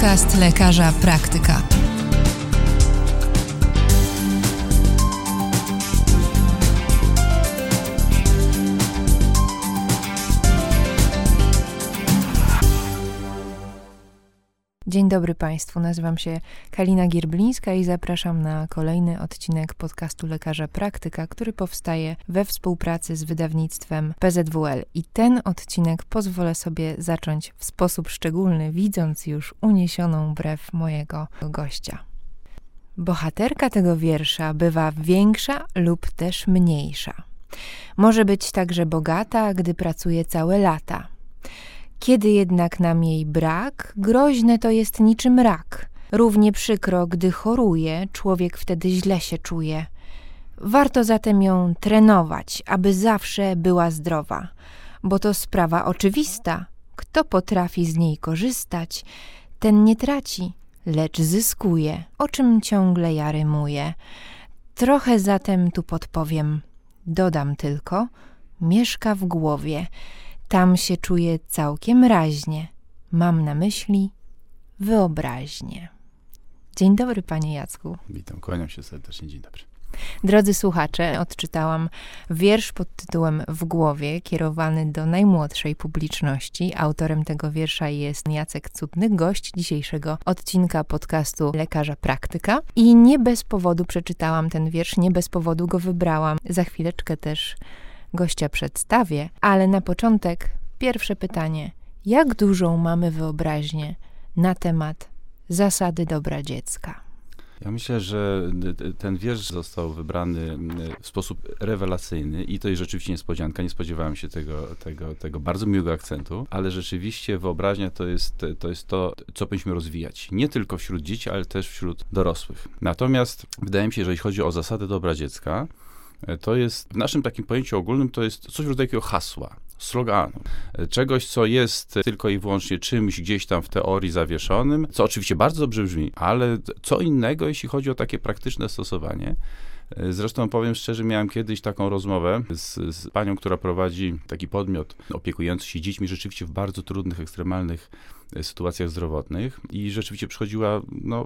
Podcast lekarza praktyka. Dzień dobry Państwu, nazywam się Kalina Gierblińska i zapraszam na kolejny odcinek podcastu lekarza praktyka, który powstaje we współpracy z wydawnictwem PZWL. I ten odcinek pozwolę sobie zacząć w sposób szczególny, widząc już uniesioną brew mojego gościa. Bohaterka tego wiersza bywa większa lub też mniejsza. Może być także bogata, gdy pracuje całe lata. Kiedy jednak nam jej brak, groźne to jest niczym rak. Równie przykro, gdy choruje, człowiek wtedy źle się czuje. Warto zatem ją trenować, aby zawsze była zdrowa, bo to sprawa oczywista. Kto potrafi z niej korzystać, ten nie traci, lecz zyskuje, o czym ciągle ja rymuję. Trochę zatem tu podpowiem, dodam tylko, mieszka w głowie. Tam się czuję całkiem raźnie. Mam na myśli wyobraźnię. Dzień dobry, panie Jacku. Witam, kłaniam się serdecznie. Dzień dobry. Drodzy słuchacze, odczytałam wiersz pod tytułem W głowie, kierowany do najmłodszej publiczności. Autorem tego wiersza jest Jacek Cudny, gość dzisiejszego odcinka podcastu Lekarza Praktyka. I nie bez powodu przeczytałam ten wiersz, nie bez powodu go wybrałam. Za chwileczkę też gościa przedstawię, ale na początek pierwsze pytanie. Jak dużą mamy wyobraźnię na temat zasady dobra dziecka? Ja myślę, że ten wiersz został wybrany w sposób rewelacyjny i to jest rzeczywiście niespodzianka. Nie spodziewałem się tego bardzo miłego akcentu, ale rzeczywiście wyobraźnia to jest to, co powinniśmy rozwijać. Nie tylko wśród dzieci, ale też wśród dorosłych. Natomiast wydaje mi się, że jeśli chodzi o zasadę dobra dziecka, to jest w naszym takim pojęciu ogólnym, to jest coś w rodzaju takiego hasła, sloganu. Czegoś, co jest tylko i wyłącznie czymś gdzieś tam w teorii zawieszonym, co oczywiście bardzo dobrze brzmi, ale co innego, jeśli chodzi o takie praktyczne stosowanie. Zresztą powiem szczerze, miałem kiedyś taką rozmowę z panią, która prowadzi taki podmiot opiekujący się dziećmi rzeczywiście w bardzo trudnych, ekstremalnych sytuacjach zdrowotnych i rzeczywiście przychodziła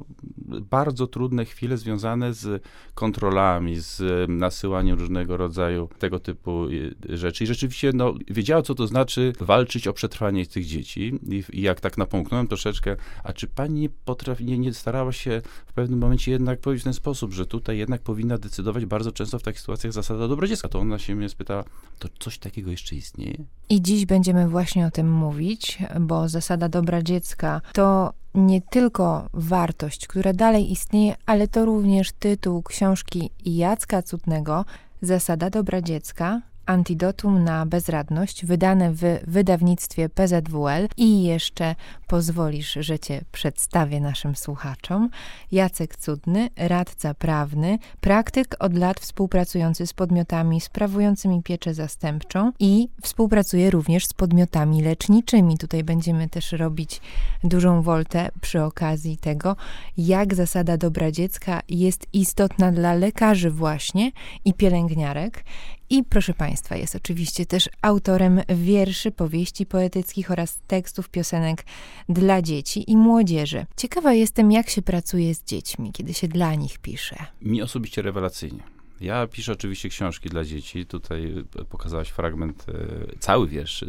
bardzo trudne chwile związane z kontrolami, z nasyłaniem różnego rodzaju tego typu rzeczy. I rzeczywiście wiedziała, co to znaczy walczyć o przetrwanie tych dzieci. I jak tak napomknąłem troszeczkę, a czy pani nie starała się w pewnym momencie jednak powiedzieć w ten sposób, że tutaj jednak powinna decydować bardzo często w takich sytuacjach zasada dobra dziecka. To ona się mnie spytała, to coś takiego jeszcze istnieje? I dziś będziemy właśnie o tym mówić, bo zasada dobra dziecka to nie tylko wartość, która dalej istnieje, ale to również tytuł książki Jacka Cudnego Zasada dobra dziecka, antidotum na bezradność, wydane w wydawnictwie PZWL. I jeszcze pozwolisz, że cię przedstawię naszym słuchaczom. Jacek Cudny, radca prawny, praktyk od lat współpracujący z podmiotami sprawującymi pieczę zastępczą i współpracuje również z podmiotami leczniczymi. Tutaj będziemy też robić dużą woltę przy okazji tego, jak zasada dobra dziecka jest istotna dla lekarzy właśnie i pielęgniarek. I proszę Państwa, jest oczywiście też autorem wierszy, powieści poetyckich oraz tekstów piosenek dla dzieci i młodzieży. Ciekawa jestem, jak się pracuje z dziećmi, kiedy się dla nich pisze. Mi osobiście rewelacyjnie. Ja piszę oczywiście książki dla dzieci. Tutaj pokazałaś fragment, cały wiersz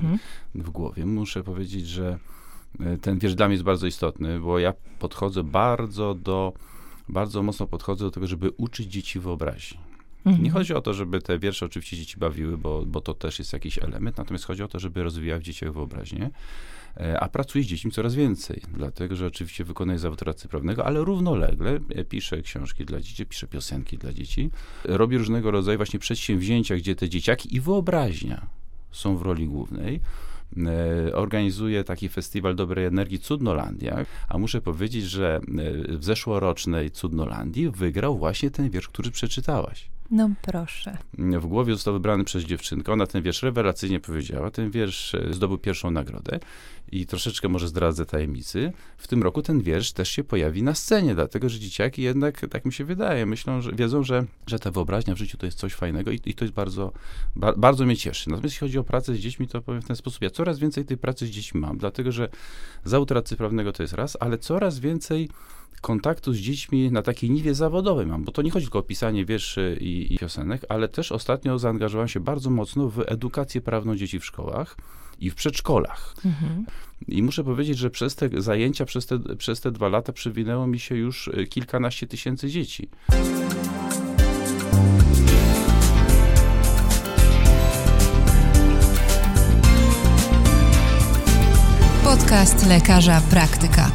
w głowie. Muszę powiedzieć, że ten wiersz dla mnie jest bardzo istotny, bo ja podchodzę bardzo mocno podchodzę do tego, żeby uczyć dzieci wyobraźni. Nie chodzi o to, żeby te wiersze oczywiście dzieci bawiły, bo to też jest jakiś element, natomiast chodzi o to, żeby rozwijały w dzieciach wyobraźnię, a pracuję z dziećmi coraz więcej, dlatego, że oczywiście wykonuję zawód radcy prawnego, ale równolegle piszę książki dla dzieci, piszę piosenki dla dzieci, robię różnego rodzaju właśnie przedsięwzięcia, gdzie te dzieciaki i wyobraźnia są w roli głównej. Organizuję taki festiwal dobrej energii Cudnolandia, a muszę powiedzieć, że w zeszłorocznej Cudnolandii wygrał właśnie ten wiersz, który przeczytałaś. No proszę. W głowie został wybrany przez dziewczynkę. Ona ten wiersz rewelacyjnie powiedziała. Ten wiersz zdobył pierwszą nagrodę. I troszeczkę może zdradzę tajemnicy. W tym roku ten wiersz też się pojawi na scenie, dlatego że dzieciaki jednak, tak mi się wydaje, myślą, że wiedzą, że ta wyobraźnia w życiu to jest coś fajnego i to jest bardzo mnie cieszy. Natomiast jeśli chodzi o pracę z dziećmi, to powiem w ten sposób. Ja coraz więcej tej pracy z dziećmi mam, dlatego że zawód radcy prawnego to jest raz, ale coraz więcej kontaktu z dziećmi na takiej niwie zawodowej mam, bo to nie chodzi tylko o pisanie wierszy i piosenek, ale też ostatnio zaangażowałem się bardzo mocno w edukację prawną dzieci w szkołach i w przedszkolach. I muszę powiedzieć, że przez te zajęcia, przez te 2 lata przywinęło mi się już kilkanaście tysięcy dzieci. Podcast Lekarza Praktyka.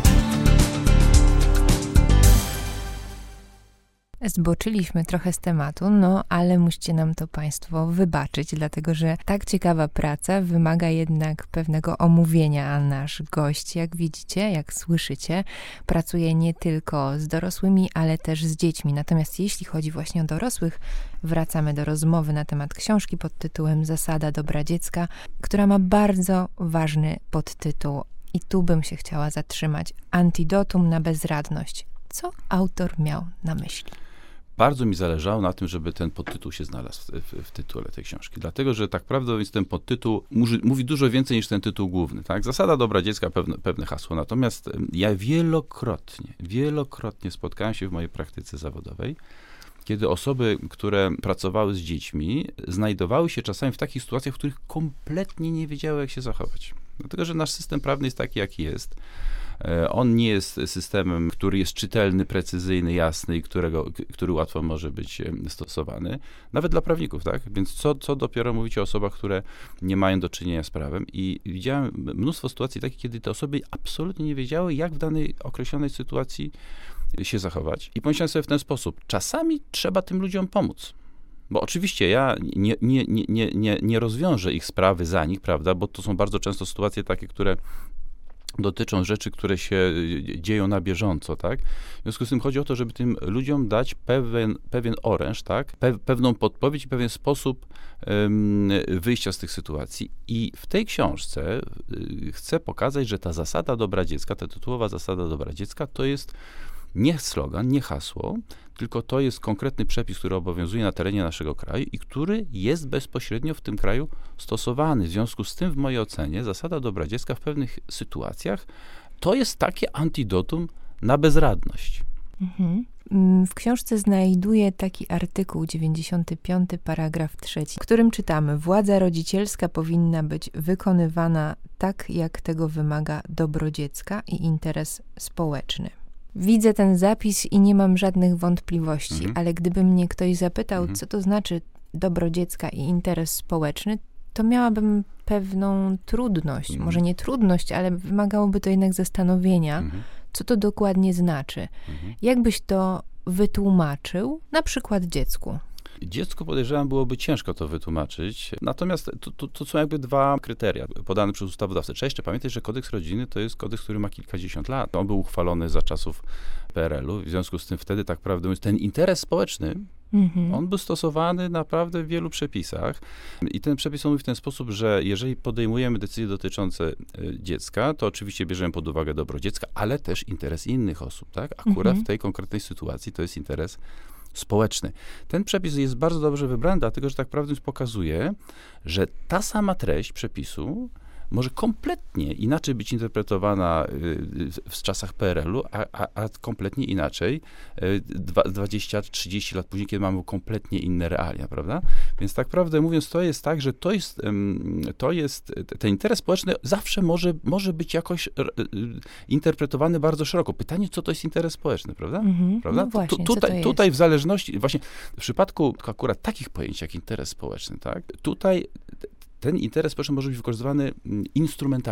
Zboczyliśmy trochę z tematu, no ale musicie nam to Państwo wybaczyć, dlatego że tak ciekawa praca wymaga jednak pewnego omówienia, a nasz gość, jak widzicie, jak słyszycie, pracuje nie tylko z dorosłymi, ale też z dziećmi. Natomiast jeśli chodzi właśnie o dorosłych, wracamy do rozmowy na temat książki pod tytułem Zasada dobra dziecka, która ma bardzo ważny podtytuł i tu bym się chciała zatrzymać. Antidotum na bezradność. Co autor miał na myśli? Bardzo mi zależało na tym, żeby ten podtytuł się znalazł w tytule tej książki. Dlatego, że tak prawdę mówiąc, ten podtytuł mówi dużo więcej niż ten tytuł główny. Tak? Zasada dobra dziecka, pewne hasło. Natomiast ja wielokrotnie spotkałem się w mojej praktyce zawodowej, kiedy osoby, które pracowały z dziećmi, znajdowały się czasami w takich sytuacjach, w których kompletnie nie wiedziały, jak się zachować. Dlatego, że nasz system prawny jest taki, jaki jest. On nie jest systemem, który jest czytelny, precyzyjny, jasny i który łatwo może być stosowany. Nawet dla prawników, tak? Więc co dopiero mówić o osobach, które nie mają do czynienia z prawem. I widziałem mnóstwo sytuacji takich, kiedy te osoby absolutnie nie wiedziały, jak w danej określonej sytuacji się zachować. I pomyślałem sobie w ten sposób. Czasami trzeba tym ludziom pomóc. Bo oczywiście ja nie rozwiążę ich sprawy za nich, prawda? Bo to są bardzo często sytuacje takie, które dotyczą rzeczy, które się dzieją na bieżąco, tak? W związku z tym chodzi o to, żeby tym ludziom dać pewien oręż, tak? Pewną podpowiedź i pewien sposób wyjścia z tych sytuacji. I w tej książce chcę pokazać, że ta zasada dobra dziecka, ta tytułowa zasada dobra dziecka, to jest nie slogan, nie hasło, tylko to jest konkretny przepis, który obowiązuje na terenie naszego kraju i który jest bezpośrednio w tym kraju stosowany. W związku z tym, w mojej ocenie, zasada dobra dziecka w pewnych sytuacjach to jest takie antidotum na bezradność. W książce znajduję taki artykuł 95, paragraf 3, w którym czytamy: władza rodzicielska powinna być wykonywana tak, jak tego wymaga dobro dziecka i interes społeczny. Widzę ten zapis i nie mam żadnych wątpliwości, ale gdyby mnie ktoś zapytał, co to znaczy dobro dziecka i interes społeczny, to miałabym pewną trudność. Może nie trudność, ale wymagałoby to jednak zastanowienia, co to dokładnie znaczy. Jak byś to wytłumaczył, na przykład dziecku? Dziecku, podejrzewam, byłoby ciężko to wytłumaczyć. Natomiast to są jakby 2 kryteria podane przez ustawodawcę. Trzeba jeszcze pamiętać, że kodeks rodziny to jest kodeks, który ma kilkadziesiąt lat. On był uchwalony za czasów PRL-u. W związku z tym wtedy, tak naprawdę mówiąc, ten interes społeczny, on był stosowany naprawdę w wielu przepisach. I ten przepis mówi w ten sposób, że jeżeli podejmujemy decyzje dotyczące dziecka, to oczywiście bierzemy pod uwagę dobro dziecka, ale też interes innych osób, tak? Akurat w tej konkretnej sytuacji to jest interes społeczny. Ten przepis jest bardzo dobrze wybrany, dlatego że tak naprawdę pokazuje, że ta sama treść przepisu może kompletnie inaczej być interpretowana w czasach PRL-u, a kompletnie inaczej 20-30 lat później, kiedy mamy kompletnie inne realia, prawda? Więc tak naprawdę mówiąc, to jest tak, że ten interes społeczny zawsze może być jakoś interpretowany bardzo szeroko. Pytanie, co to jest interes społeczny, prawda? Prawda? No właśnie, tutaj w zależności, właśnie w przypadku akurat takich pojęć jak interes społeczny, tak? Tutaj ten interes społeczny może być wykorzystywany instrumentalnie.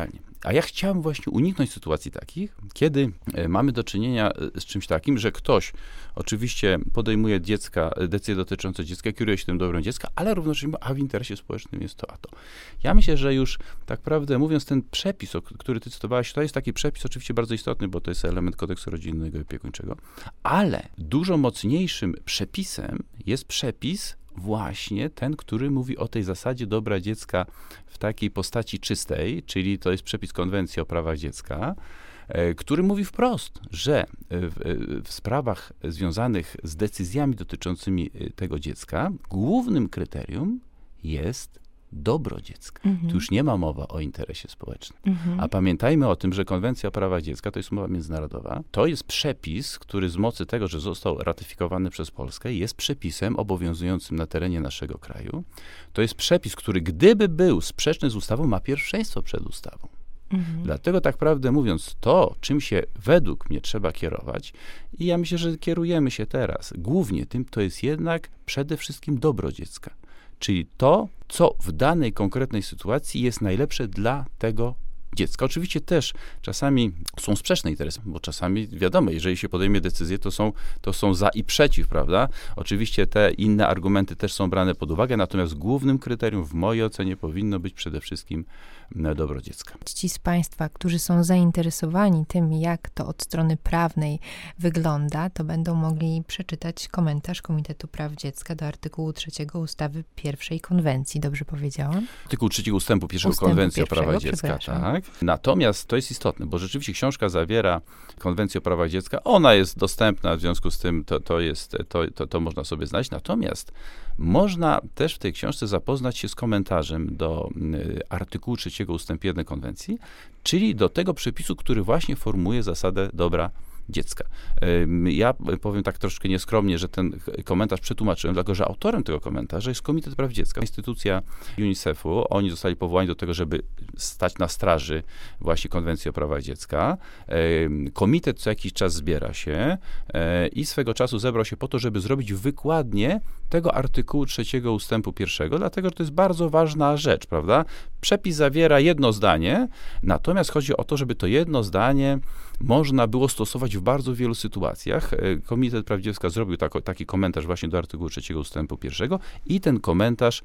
A ja chciałem właśnie uniknąć sytuacji takich, kiedy mamy do czynienia z czymś takim, że ktoś oczywiście podejmuje decyzje dotyczące dziecka, kieruje się tym dobrem dziecka, ale równocześnie, a w interesie społecznym jest to, a to. Ja myślę, że już tak prawdę mówiąc, ten przepis, który ty cytowałaś, to jest taki przepis oczywiście bardzo istotny, bo to jest element kodeksu rodzinnego i opiekuńczego, ale dużo mocniejszym przepisem jest przepis właśnie ten, który mówi o tej zasadzie dobra dziecka w takiej postaci czystej, czyli to jest przepis Konwencji o prawach dziecka, który mówi wprost, że w sprawach związanych z decyzjami dotyczącymi tego dziecka głównym kryterium jest dobro dziecka. Tu już nie ma mowa o interesie społecznym. A pamiętajmy o tym, że Konwencja o prawach dziecka to jest umowa międzynarodowa. To jest przepis, który z mocy tego, że został ratyfikowany przez Polskę, jest przepisem obowiązującym na terenie naszego kraju. To jest przepis, który gdyby był sprzeczny z ustawą, ma pierwszeństwo przed ustawą. Dlatego tak prawdę mówiąc, to, czym się według mnie trzeba kierować, i ja myślę, że kierujemy się teraz głównie tym, to jest jednak przede wszystkim dobro dziecka. Czyli to, co w danej konkretnej sytuacji jest najlepsze dla tego dziecka. Oczywiście też czasami są sprzeczne interesy, bo czasami wiadomo, jeżeli się podejmie decyzję, to są za i przeciw, prawda? Oczywiście te inne argumenty też są brane pod uwagę, natomiast głównym kryterium w mojej ocenie powinno być przede wszystkim dobro dziecka. Ci z Państwa, którzy są zainteresowani tym, jak to od strony prawnej wygląda, to będą mogli przeczytać komentarz Komitetu Praw Dziecka do artykułu 3 ustawy pierwszej konwencji. Dobrze powiedziałam? Artykuł 3 ustępu 1 Konwencji o prawach dziecka, tak. Natomiast to jest istotne, bo rzeczywiście książka zawiera Konwencję o prawach dziecka. Ona jest dostępna, w związku z tym to można sobie znaleźć. Natomiast można też w tej książce zapoznać się z komentarzem do artykułu 3 ustęp 1 konwencji, czyli do tego przepisu, który właśnie formułuje zasadę dobra dziecka. Ja powiem tak troszkę nieskromnie, że ten komentarz przetłumaczyłem, dlatego że autorem tego komentarza jest Komitet Praw Dziecka, instytucja UNICEF-u. Oni zostali powołani do tego, żeby stać na straży właśnie Konwencji o prawach dziecka. Komitet co jakiś czas zbiera się i swego czasu zebrał się po to, żeby zrobić wykładnię tego artykułu 3 ustępu 1, dlatego że to jest bardzo ważna rzecz, prawda? Przepis zawiera jedno zdanie, natomiast chodzi o to, żeby to jedno zdanie można było stosować w bardzo wielu sytuacjach. Komitet Praw Dziecka zrobił taki komentarz właśnie do artykułu 3 ustępu 1 i ten komentarz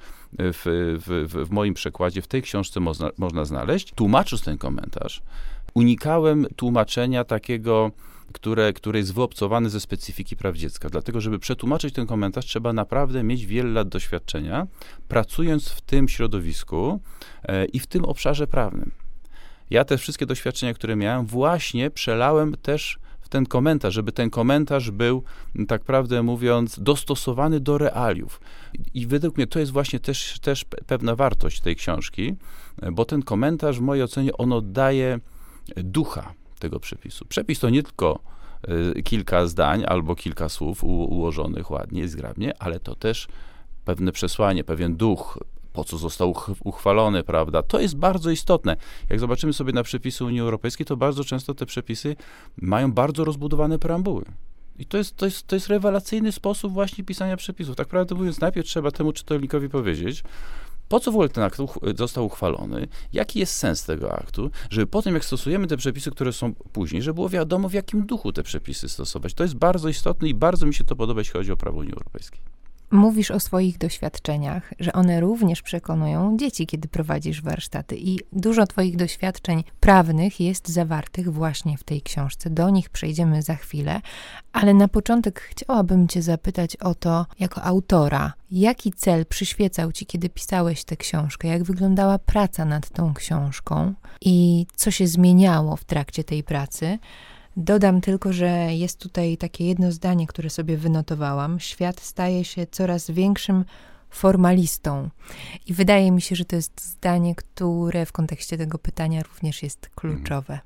w moim przekładzie w tej książce można znaleźć. Tłumacząc ten komentarz, unikałem tłumaczenia takiego, które jest wyobcowane ze specyfiki praw dziecka. Dlatego, żeby przetłumaczyć ten komentarz, trzeba naprawdę mieć wiele lat doświadczenia, pracując w tym środowisku i w tym obszarze prawnym. Ja te wszystkie doświadczenia, które miałem, właśnie przelałem też w ten komentarz, żeby ten komentarz był, tak prawdę mówiąc, dostosowany do realiów. I według mnie to jest właśnie też pewna wartość tej książki, bo ten komentarz w mojej ocenie, on oddaje ducha tego przepisu. Przepis to nie tylko kilka zdań albo kilka słów ułożonych ładnie i zgrabnie, ale to też pewne przesłanie, pewien duch, po co został uchwalony, prawda? To jest bardzo istotne. Jak zobaczymy sobie na przepisy Unii Europejskiej, to bardzo często te przepisy mają bardzo rozbudowane preambuły. I to jest rewelacyjny sposób właśnie pisania przepisów. Tak prawdę mówiąc, najpierw trzeba temu czytelnikowi powiedzieć, po co w ogóle ten akt został uchwalony, jaki jest sens tego aktu, żeby potem, jak stosujemy te przepisy, które są później, żeby było wiadomo, w jakim duchu te przepisy stosować. To jest bardzo istotne i bardzo mi się to podoba, jeśli chodzi o prawo Unii Europejskiej. Mówisz o swoich doświadczeniach, że one również przekonują dzieci, kiedy prowadzisz warsztaty i dużo twoich doświadczeń prawnych jest zawartych właśnie w tej książce. Do nich przejdziemy za chwilę, ale na początek chciałabym cię zapytać o to jako autora. Jaki cel przyświecał ci, kiedy pisałeś tę książkę? Jak wyglądała praca nad tą książką i co się zmieniało w trakcie tej pracy? Dodam tylko, że jest tutaj takie jedno zdanie, które sobie wynotowałam. Świat staje się coraz większym formalistą. I wydaje mi się, że to jest zdanie, które w kontekście tego pytania również jest kluczowe.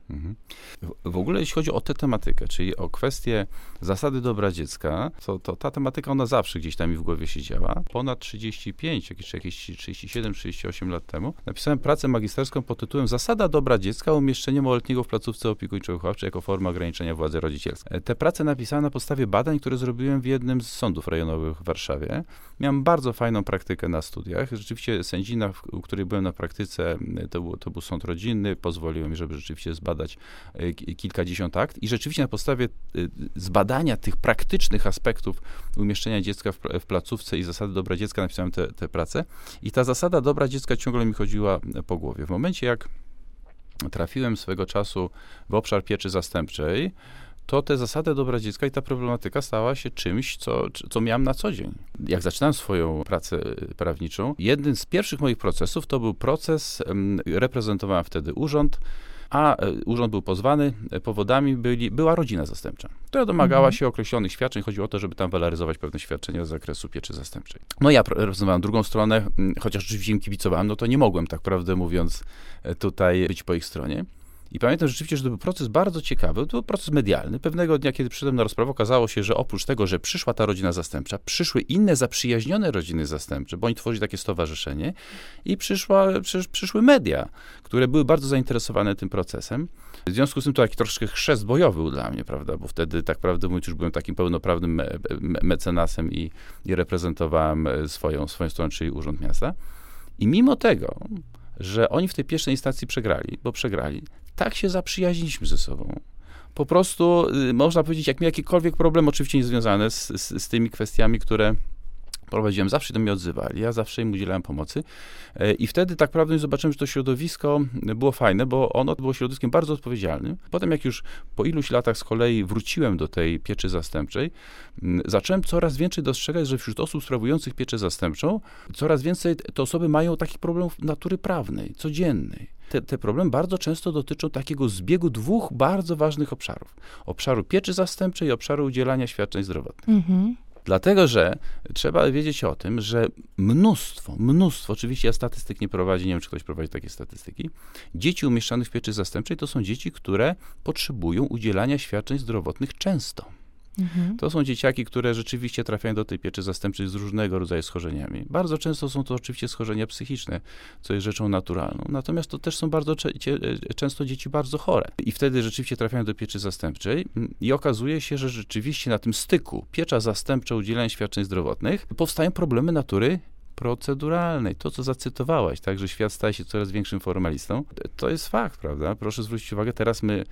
W ogóle jeśli chodzi o tę tematykę, czyli o kwestię zasady dobra dziecka, to ta tematyka, ona zawsze gdzieś tam mi w głowie siedziała. Ponad 35, jakieś 37, 38 lat temu napisałem pracę magisterską pod tytułem Zasada dobra dziecka, umieszczenie małoletniego w placówce opiekuńczo-wychowawczej jako forma ograniczenia władzy rodzicielskiej. Te prace napisałem na podstawie badań, które zrobiłem w jednym z sądów rejonowych w Warszawie. Miałem bardzo fajną fajną praktykę na studiach. Rzeczywiście sędzina, u której byłem na praktyce, to był sąd rodzinny, pozwoliło mi, żeby rzeczywiście zbadać kilkadziesiąt akt i rzeczywiście na podstawie zbadania tych praktycznych aspektów umieszczenia dziecka w placówce i zasady dobra dziecka napisałem tę pracę i ta zasada dobra dziecka ciągle mi chodziła po głowie. W momencie, jak trafiłem swego czasu w obszar pieczy zastępczej, to te zasady dobra dziecka i ta problematyka stała się czymś, co miałem na co dzień. Jak zaczynałem swoją pracę prawniczą, jeden z pierwszych moich procesów to był proces, reprezentowałem wtedy urząd, a urząd był pozwany, powodami była rodzina zastępcza, która domagała się określonych świadczeń. Chodziło o to, żeby tam waloryzować pewne świadczenia z zakresu pieczy zastępczej. No ja reprezentowałem drugą stronę, chociaż rzeczywiście im kibicowałem, no to nie mogłem, tak prawdę mówiąc, tutaj być po ich stronie. I pamiętam rzeczywiście, że to był proces bardzo ciekawy, to był proces medialny. Pewnego dnia, kiedy przyszedłem na rozprawę, okazało się, że oprócz tego, że przyszła ta rodzina zastępcza, przyszły inne zaprzyjaźnione rodziny zastępcze, bo oni tworzyli takie stowarzyszenie i przyszły media, które były bardzo zainteresowane tym procesem. W związku z tym to taki troszkę chrzest bojowy był dla mnie, prawda, bo wtedy, tak prawdę mówiąc, już byłem takim pełnoprawnym mecenasem i reprezentowałem swoją stronę, czyli Urząd Miasta. I mimo tego, że oni w tej pierwszej instancji przegrali, tak się zaprzyjaźniliśmy ze sobą. Po prostu, można powiedzieć, jak miał jakikolwiek problem, oczywiście niezwiązane z tymi kwestiami, które prowadziłem, zawsze do mnie odzywali, ja zawsze im udzielałem pomocy i wtedy tak naprawdę zobaczyłem, że to środowisko było fajne, bo ono było środowiskiem bardzo odpowiedzialnym. Potem jak już po iluś latach z kolei wróciłem do tej pieczy zastępczej, zacząłem coraz więcej dostrzegać, że wśród osób sprawujących pieczę zastępczą coraz więcej te osoby mają takich problemów natury prawnej, codziennej. Te problemy bardzo często dotyczą takiego zbiegu dwóch bardzo ważnych obszarów. Obszaru pieczy zastępczej i obszaru udzielania świadczeń zdrowotnych. Dlatego, że trzeba wiedzieć o tym, że mnóstwo, oczywiście ja statystyk nie prowadzi, nie wiem, czy ktoś prowadzi takie statystyki, dzieci umieszczanych w pieczy zastępczej to są dzieci, które potrzebują udzielania świadczeń zdrowotnych często. To są dzieciaki, które rzeczywiście trafiają do tej pieczy zastępczej z różnego rodzaju schorzeniami. Bardzo często są to oczywiście schorzenia psychiczne, co jest rzeczą naturalną. Natomiast to też są bardzo często dzieci bardzo chore. I wtedy rzeczywiście trafiają do pieczy zastępczej i okazuje się, że rzeczywiście na tym styku piecza zastępcza, udzielanie świadczeń zdrowotnych powstają problemy natury proceduralnej. To, co zacytowałaś, tak, że świat staje się coraz większym formalistą, to jest fakt, prawda? Proszę zwrócić uwagę, teraz my,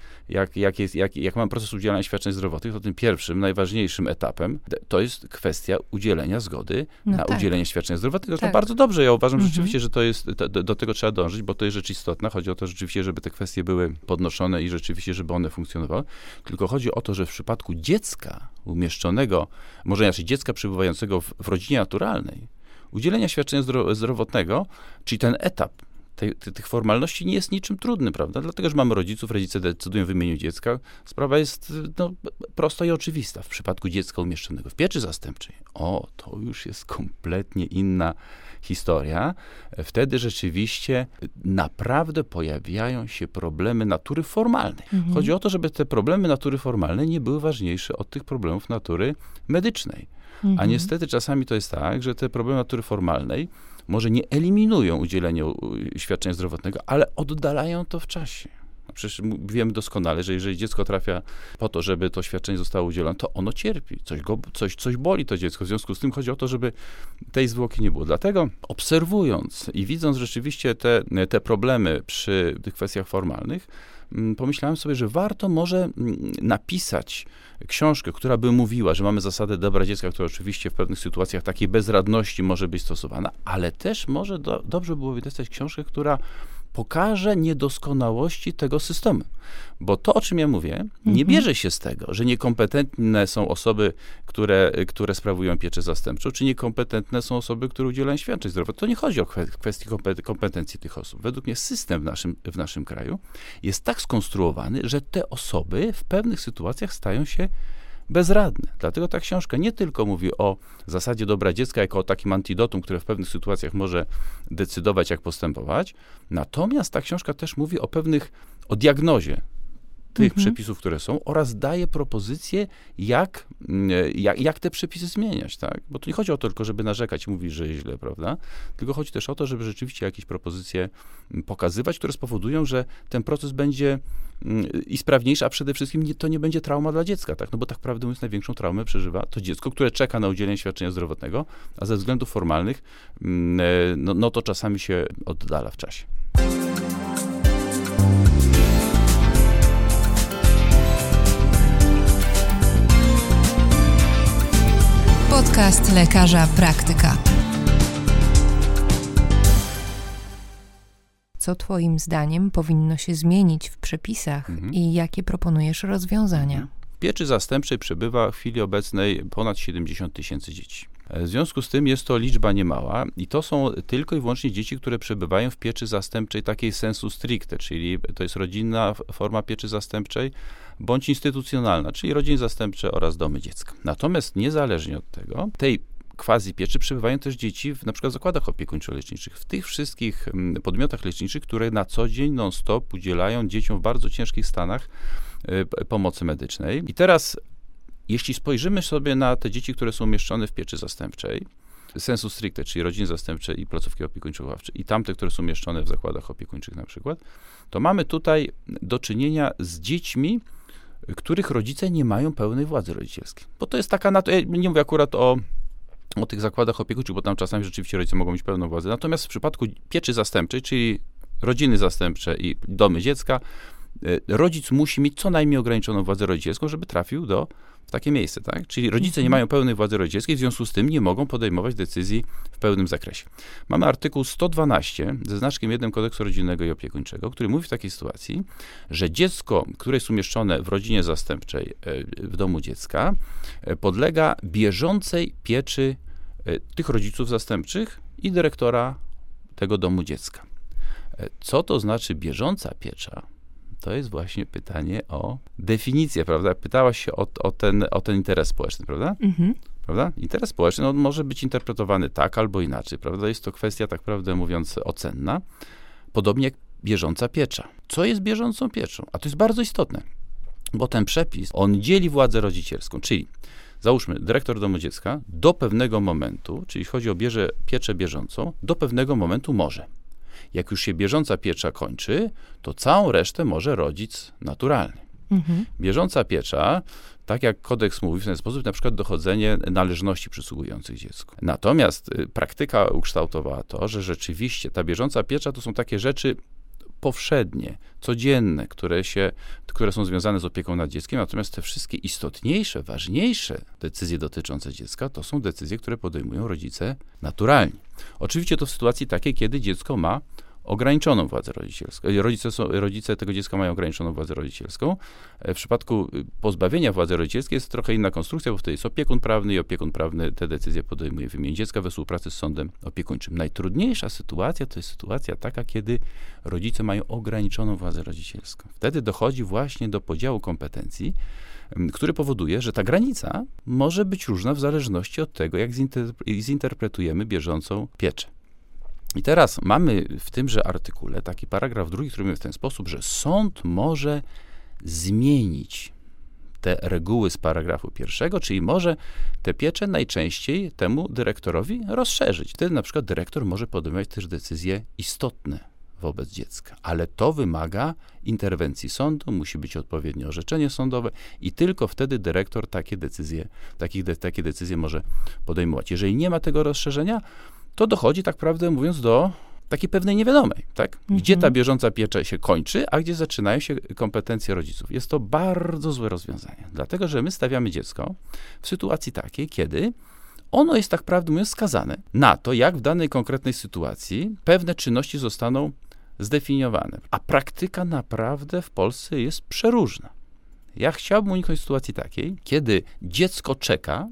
jak mamy proces udzielania świadczeń zdrowotnych, to tym pierwszym, najważniejszym etapem to jest kwestia udzielenia zgody na udzielenie świadczenia zdrowotnego. To bardzo dobrze. Ja uważam rzeczywiście, że to jest, do tego trzeba dążyć, bo to jest rzecz istotna. Chodzi o to rzeczywiście, żeby te kwestie były podnoszone i rzeczywiście, żeby one funkcjonowały. Tylko chodzi o to, że w przypadku dziecka umieszczonego, może inaczej dziecka przebywającego w rodzinie naturalnej, udzielenia świadczenia zdrowotnego, czyli ten etap tych formalności nie jest niczym trudnym, prawda? Dlatego, że mamy rodziców, rodzice decydują w imieniu dziecka. Sprawa jest prosta i oczywista. W przypadku dziecka umieszczonego w pieczy zastępczej, to już jest kompletnie inna historia. Wtedy rzeczywiście naprawdę pojawiają się problemy natury formalnej. Chodzi o to, żeby te problemy natury formalnej nie były ważniejsze od tych problemów natury medycznej. A niestety czasami to jest tak, że te problemy natury formalnej może nie eliminują udzielenia świadczenia zdrowotnego, ale oddalają to w czasie. Przecież wiemy doskonale, że jeżeli dziecko trafia po to, żeby to świadczenie zostało udzielone, to ono cierpi, coś boli to dziecko. W związku z tym chodzi o to, żeby tej zwłoki nie było. Dlatego obserwując i widząc rzeczywiście te problemy przy tych kwestiach formalnych, pomyślałem sobie, że warto może napisać książkę, która by mówiła, że mamy zasadę dobra dziecka, która oczywiście w pewnych sytuacjach takiej bezradności może być stosowana, ale też może dobrze byłoby napisać książkę, która pokaże niedoskonałości tego systemu. Bo to, o czym ja mówię, nie bierze się z tego, że niekompetentne są osoby, które sprawują pieczę zastępczą, czy niekompetentne są osoby, które udzielają świadczeń zdrowotnych. To nie chodzi o kwestię kompetencji tych osób. Według mnie system w naszym kraju jest tak skonstruowany, że te osoby w pewnych sytuacjach stają się bezradne. Dlatego ta książka nie tylko mówi o zasadzie dobra dziecka jako o takim antidotum, które w pewnych sytuacjach może decydować, jak postępować, natomiast ta książka też mówi o diagnozie tych przepisów, które są, oraz daje propozycje, jak te przepisy zmieniać, tak? Bo tu nie chodzi o to tylko, żeby narzekać i mówić, że jest źle, prawda? Tylko chodzi też o to, żeby rzeczywiście jakieś propozycje pokazywać, które spowodują, że ten proces będzie i sprawniejszy, a przede wszystkim to nie będzie trauma dla dziecka, tak? No bo tak prawdę mówiąc, największą traumę przeżywa to dziecko, które czeka na udzielenie świadczenia zdrowotnego, a ze względów formalnych, no to czasami się oddala w czasie. Podcast Lekarza Praktyka. Co Twoim zdaniem powinno się zmienić w przepisach i jakie proponujesz rozwiązania? W pieczy zastępczej przebywa w chwili obecnej ponad 70 000 dzieci. W związku z tym jest to liczba niemała i to są tylko i wyłącznie dzieci, które przebywają w pieczy zastępczej takiej sensu stricte, czyli to jest rodzinna forma pieczy zastępczej, bądź instytucjonalna, czyli rodziny zastępcze oraz domy dziecka. Natomiast niezależnie od tego, tej quasi pieczy przebywają też dzieci na przykład w zakładach opiekuńczo-leczniczych, w tych wszystkich podmiotach leczniczych, które na co dzień non-stop udzielają dzieciom w bardzo ciężkich stanach pomocy medycznej. I teraz, jeśli spojrzymy sobie na te dzieci, które są umieszczone w pieczy zastępczej, sensu stricte, czyli rodziny zastępcze i placówki opiekuńczo-wychowawcze i tamte, które są umieszczone w zakładach opiekuńczych na przykład, to mamy tutaj do czynienia z dziećmi, których rodzice nie mają pełnej władzy rodzicielskiej. Bo to jest taka, ja nie mówię akurat o tych zakładach opiekuńczych, bo tam czasami rzeczywiście rodzice mogą mieć pełną władzę. Natomiast w przypadku pieczy zastępczej, czyli rodziny zastępcze i domy dziecka, rodzic musi mieć co najmniej ograniczoną władzę rodzicielską, żeby trafił w takie miejsce, tak? Czyli rodzice nie mają pełnej władzy rodzicielskiej, w związku z tym nie mogą podejmować decyzji w pełnym zakresie. Mamy artykuł 112 ze znaczkiem 1 Kodeksu Rodzinnego i Opiekuńczego, który mówi w takiej sytuacji, że dziecko, które jest umieszczone w rodzinie zastępczej w domu dziecka, podlega bieżącej pieczy tych rodziców zastępczych i dyrektora tego domu dziecka. Co to znaczy bieżąca piecza? To jest właśnie pytanie o definicję, prawda? Pytałaś się o ten interes społeczny, prawda? Prawda? Interes społeczny on może być interpretowany tak albo inaczej, prawda? Jest to kwestia, tak prawdę mówiąc, ocenna. Podobnie jak bieżąca piecza. Co jest bieżącą pieczą? A to jest bardzo istotne, bo ten przepis, on dzieli władzę rodzicielską, czyli załóżmy, dyrektor domu dziecka do pewnego momentu, czyli chodzi o pieczę bieżącą, do pewnego momentu może. Jak już się bieżąca piecza kończy, to całą resztę może rodzic naturalny. Bieżąca piecza, tak jak kodeks mówi, w ten sposób na przykład dochodzenie należności przysługujących dziecku. Natomiast praktyka ukształtowała to, że rzeczywiście ta bieżąca piecza to są takie rzeczy powszednie, codzienne, które są związane z opieką nad dzieckiem, natomiast te wszystkie istotniejsze, ważniejsze decyzje dotyczące dziecka to są decyzje, które podejmują rodzice naturalni. Oczywiście to w sytuacji takiej, kiedy dziecko ma ograniczoną władzę rodzicielską. Rodzice tego dziecka mają ograniczoną władzę rodzicielską. W przypadku pozbawienia władzy rodzicielskiej jest trochę inna konstrukcja, bo wtedy jest opiekun prawny i opiekun prawny te decyzje podejmuje w imieniu dziecka we współpracy z sądem opiekuńczym. Najtrudniejsza sytuacja to jest sytuacja taka, kiedy rodzice mają ograniczoną władzę rodzicielską. Wtedy dochodzi właśnie do podziału kompetencji, który powoduje, że ta granica może być różna w zależności od tego, jak zinterpretujemy bieżącą pieczę. I teraz mamy w tymże artykule taki paragraf 2, który mówi w ten sposób, że sąd może zmienić te reguły z paragrafu 1, czyli może tę pieczę najczęściej temu dyrektorowi rozszerzyć. Wtedy na przykład dyrektor może podejmować też decyzje istotne wobec dziecka, ale to wymaga interwencji sądu, musi być odpowiednie orzeczenie sądowe i tylko wtedy dyrektor takie decyzje może podejmować. Jeżeli nie ma tego rozszerzenia, to dochodzi, tak prawdę mówiąc, do takiej pewnej niewiadomej, tak? Gdzie ta bieżąca piecza się kończy, a gdzie zaczynają się kompetencje rodziców. Jest to bardzo złe rozwiązanie, dlatego że my stawiamy dziecko w sytuacji takiej, kiedy ono jest, tak prawdę mówiąc, skazane na to, jak w danej konkretnej sytuacji pewne czynności zostaną zdefiniowane. A praktyka naprawdę w Polsce jest przeróżna. Ja chciałbym uniknąć sytuacji takiej, kiedy dziecko czeka,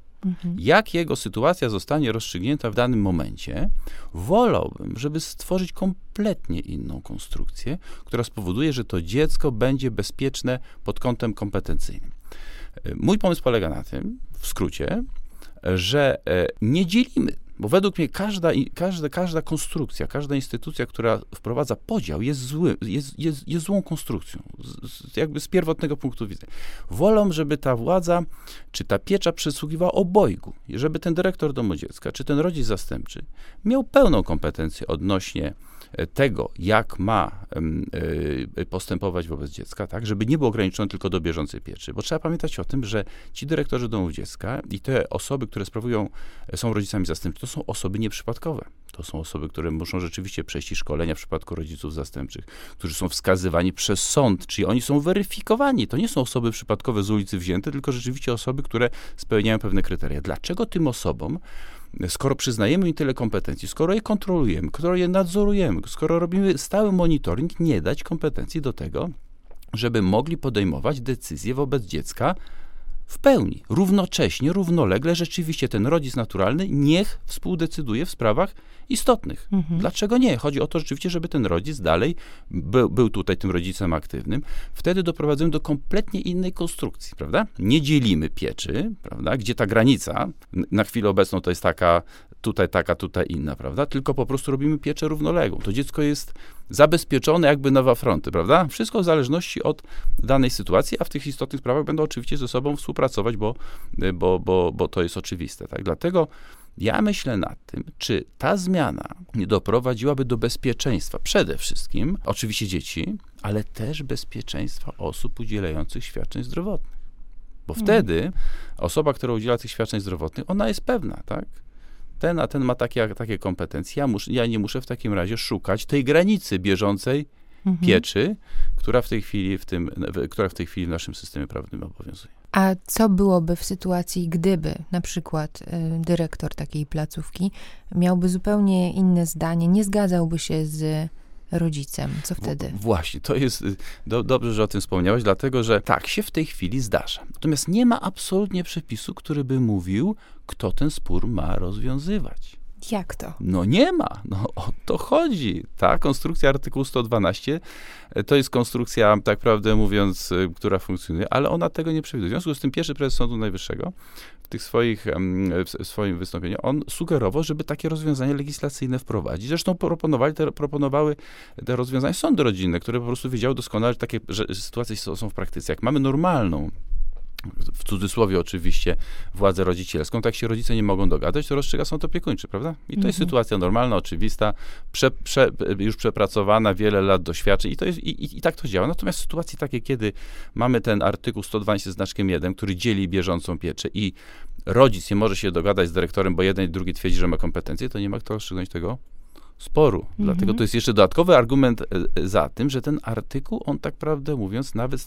jak jego sytuacja zostanie rozstrzygnięta w danym momencie. Wolałbym, żeby stworzyć kompletnie inną konstrukcję, która spowoduje, że to dziecko będzie bezpieczne pod kątem kompetencyjnym. Mój pomysł polega na tym, w skrócie, że nie dzielimy Bo według mnie każda konstrukcja, każda instytucja, która wprowadza podział, jest złą konstrukcją, jakby z pierwotnego punktu widzenia. Wolą, żeby ta władza, czy ta piecza przysługiwała obojgu, i żeby ten dyrektor domu dziecka, czy ten rodzic zastępczy miał pełną kompetencję odnośnie tego, jak ma postępować wobec dziecka, tak, żeby nie był ograniczony tylko do bieżącej pieczy. Bo trzeba pamiętać o tym, że ci dyrektorzy domów dziecka i te osoby, które są rodzicami zastępczymi, to są osoby nieprzypadkowe. To są osoby, które muszą rzeczywiście przejść szkolenia w przypadku rodziców zastępczych, którzy są wskazywani przez sąd, czyli oni są weryfikowani. To nie są osoby przypadkowe z ulicy wzięte, tylko rzeczywiście osoby, które spełniają pewne kryteria. Dlaczego tym osobom, skoro przyznajemy im tyle kompetencji, skoro je kontrolujemy, skoro je nadzorujemy, skoro robimy stały monitoring, nie dać kompetencji do tego, żeby mogli podejmować decyzje wobec dziecka w pełni, równocześnie, równolegle, rzeczywiście ten rodzic naturalny niech współdecyduje w sprawach istotnych. Dlaczego nie? Chodzi o to rzeczywiście, żeby ten rodzic dalej był tutaj tym rodzicem aktywnym. Wtedy doprowadzimy do kompletnie innej konstrukcji, prawda? Nie dzielimy pieczy, prawda? Gdzie ta granica na chwilę obecną to jest taka, tutaj inna, prawda? Tylko po prostu robimy pieczę równoległą. To dziecko jest zabezpieczone jakby na dwa fronty, prawda? Wszystko w zależności od danej sytuacji, a w tych istotnych sprawach będą oczywiście ze sobą współpracować, bo to jest oczywiste, tak? Dlatego ja myślę nad tym, czy ta zmiana nie doprowadziłaby do bezpieczeństwa przede wszystkim, oczywiście dzieci, ale też bezpieczeństwa osób udzielających świadczeń zdrowotnych. Bo wtedy osoba, która udziela tych świadczeń zdrowotnych, ona jest pewna, tak? Ten ma takie kompetencje, ja nie muszę w takim razie szukać tej granicy bieżącej pieczy, która w tej chwili w naszym systemie prawnym obowiązuje. A co byłoby w sytuacji, gdyby na przykład dyrektor takiej placówki miałby zupełnie inne zdanie, nie zgadzałby się z rodzicem? Co wtedy? Właśnie, to jest dobrze, że o tym wspomniałeś, dlatego że tak się w tej chwili zdarza. Natomiast nie ma absolutnie przepisu, który by mówił, kto ten spór ma rozwiązywać. Jak to? No nie ma. No o to chodzi. Ta konstrukcja artykułu 112 to jest konstrukcja, tak prawdę mówiąc, która funkcjonuje, ale ona tego nie przewiduje. W związku z tym pierwszy prezes Sądu Najwyższego w swoim wystąpieniu, on sugerował, żeby takie rozwiązania legislacyjne wprowadzić. Zresztą proponowały te rozwiązania sądy rodzinne, które po prostu wiedziały doskonale, że sytuacje są w praktyce. Jak mamy normalną, w cudzysłowie oczywiście, władzę rodzicielską, tak się rodzice nie mogą dogadać, to rozstrzyga sąd opiekuńczy, prawda? I to jest sytuacja normalna, oczywista, już przepracowana, wiele lat doświadczeń i tak to działa. Natomiast w sytuacji takiej, kiedy mamy ten artykuł 112 z znaczkiem 1, który dzieli bieżącą pieczę i rodzic nie może się dogadać z dyrektorem, bo jeden i drugi twierdzi, że ma kompetencje, to nie ma kto rozstrzygnąć tego sporu. Dlatego to jest jeszcze dodatkowy argument za tym, że ten artykuł, on tak prawdę mówiąc, nawet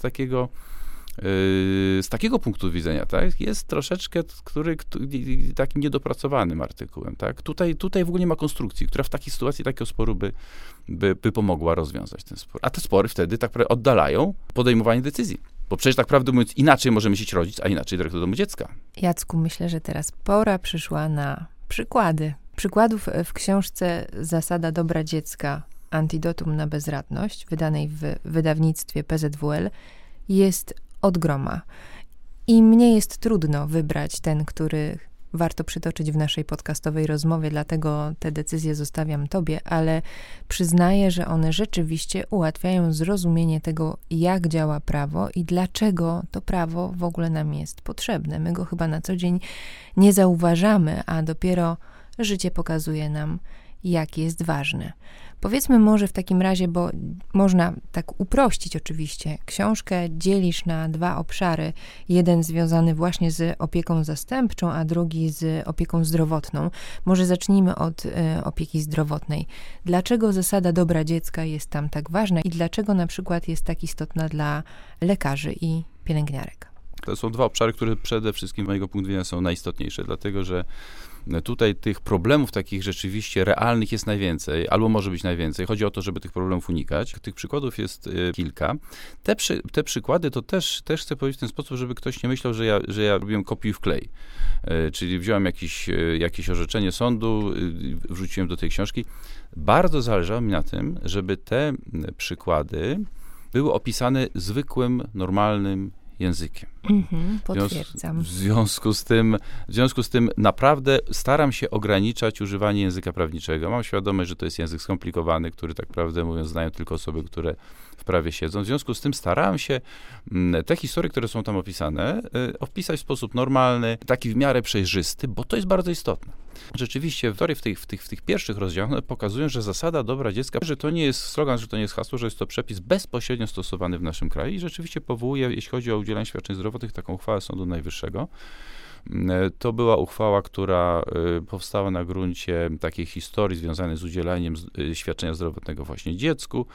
z takiego punktu widzenia, tak, jest troszeczkę takim niedopracowanym artykułem, tak. Tutaj w ogóle nie ma konstrukcji, która w takiej sytuacji takiego sporu by pomogła rozwiązać ten spór. A te spory wtedy tak naprawdę oddalają podejmowanie decyzji. Bo przecież tak prawdę mówiąc, inaczej może myśleć rodzic, a inaczej dyrektor domu dziecka. Jacku, myślę, że teraz pora przyszła na przykłady. Przykładów w książce Zasada dobra dziecka, antidotum na bezradność, wydanej w wydawnictwie PZWL, jest od groma. I mnie jest trudno wybrać ten, który warto przytoczyć w naszej podcastowej rozmowie, dlatego te decyzje zostawiam tobie, ale przyznaję, że one rzeczywiście ułatwiają zrozumienie tego, jak działa prawo i dlaczego to prawo w ogóle nam jest potrzebne. My go chyba na co dzień nie zauważamy, a dopiero życie pokazuje nam, jak jest ważne. Powiedzmy może w takim razie, bo można tak uprościć oczywiście, książkę dzielisz na dwa obszary. Jeden związany właśnie z opieką zastępczą, a drugi z opieką zdrowotną. Może zacznijmy od opieki zdrowotnej. Dlaczego zasada dobra dziecka jest tam tak ważna i dlaczego na przykład jest tak istotna dla lekarzy i pielęgniarek? To są dwa obszary, które przede wszystkim z mojego punktu widzenia są najistotniejsze, dlatego że tutaj tych problemów takich rzeczywiście realnych jest najwięcej, albo może być najwięcej. Chodzi o to, żeby tych problemów unikać. Tych przykładów jest kilka. Te przykłady to też chcę powiedzieć w ten sposób, żeby ktoś nie myślał, że ja robiłem kopiuj wklej. Czyli wziąłem jakieś orzeczenie sądu, wrzuciłem do tej książki. Bardzo zależało mi na tym, żeby te przykłady były opisane zwykłym, normalnym językiem. Potwierdzam. W związku z tym naprawdę staram się ograniczać używanie języka prawniczego. Mam świadomość, że to jest język skomplikowany, który tak prawdę mówiąc znają tylko osoby, które w prawie siedzą. W związku z tym starałem się te historie, które są tam opisane, opisać w sposób normalny, taki w miarę przejrzysty, bo to jest bardzo istotne. Rzeczywiście w tych pierwszych rozdziałach pokazują, że zasada dobra dziecka, że to nie jest slogan, że to nie jest hasło, że jest to przepis bezpośrednio stosowany w naszym kraju i rzeczywiście powołuje, jeśli chodzi o udzielanie świadczeń zdrowotnych, taką uchwałę Sądu Najwyższego. To była uchwała, która powstała na gruncie takiej historii związanej z udzielaniem świadczenia zdrowotnego właśnie dziecku.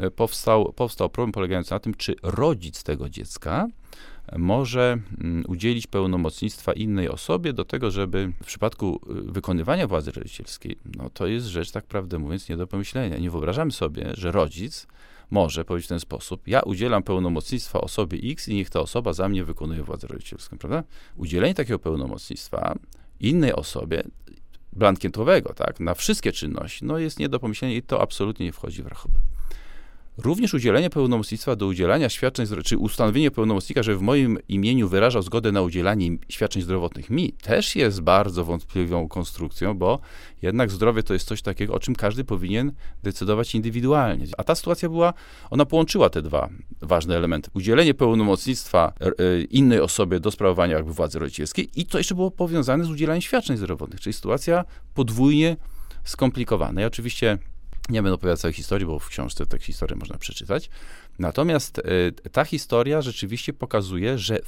Powstał problem polegający na tym, czy rodzic tego dziecka może udzielić pełnomocnictwa innej osobie do tego, żeby w przypadku wykonywania władzy rodzicielskiej, no to jest rzecz, tak prawdę mówiąc, nie do pomyślenia. Nie wyobrażamy sobie, że rodzic może powiedzieć w ten sposób: ja udzielam pełnomocnictwa osobie X i niech ta osoba za mnie wykonuje władzę rodzicielską, prawda? Udzielenie takiego pełnomocnictwa innej osobie, blankietowego, tak, na wszystkie czynności, no jest nie do pomyślenia i to absolutnie nie wchodzi w rachubę. Również udzielenie pełnomocnictwa do udzielania świadczeń, czy ustanowienie pełnomocnika, że w moim imieniu wyrażał zgodę na udzielanie świadczeń zdrowotnych mi, też jest bardzo wątpliwą konstrukcją, bo jednak zdrowie to jest coś takiego, o czym każdy powinien decydować indywidualnie. A ta sytuacja ona połączyła te dwa ważne elementy. Udzielenie pełnomocnictwa innej osobie do sprawowania jakby władzy rodzicielskiej i to jeszcze było powiązane z udzielaniem świadczeń zdrowotnych, czyli sytuacja podwójnie skomplikowana. Ja oczywiście nie będę opowiadać całej historii, bo w książce tę historię można przeczytać. Natomiast ta historia rzeczywiście pokazuje, że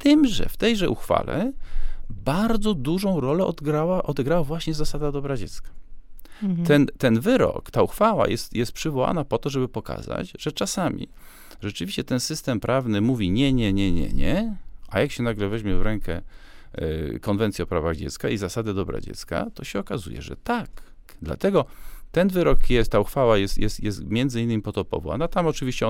w tejże uchwale bardzo dużą rolę odegrała właśnie zasada dobra dziecka. Ten wyrok, ta uchwała jest przywołana po to, żeby pokazać, że czasami rzeczywiście ten system prawny mówi nie, a jak się nagle weźmie w rękę Konwencję o prawach dziecka i zasady dobra dziecka, to się okazuje, że tak. Dlatego ten wyrok ta uchwała jest między innymi po to powołana. Tam oczywiście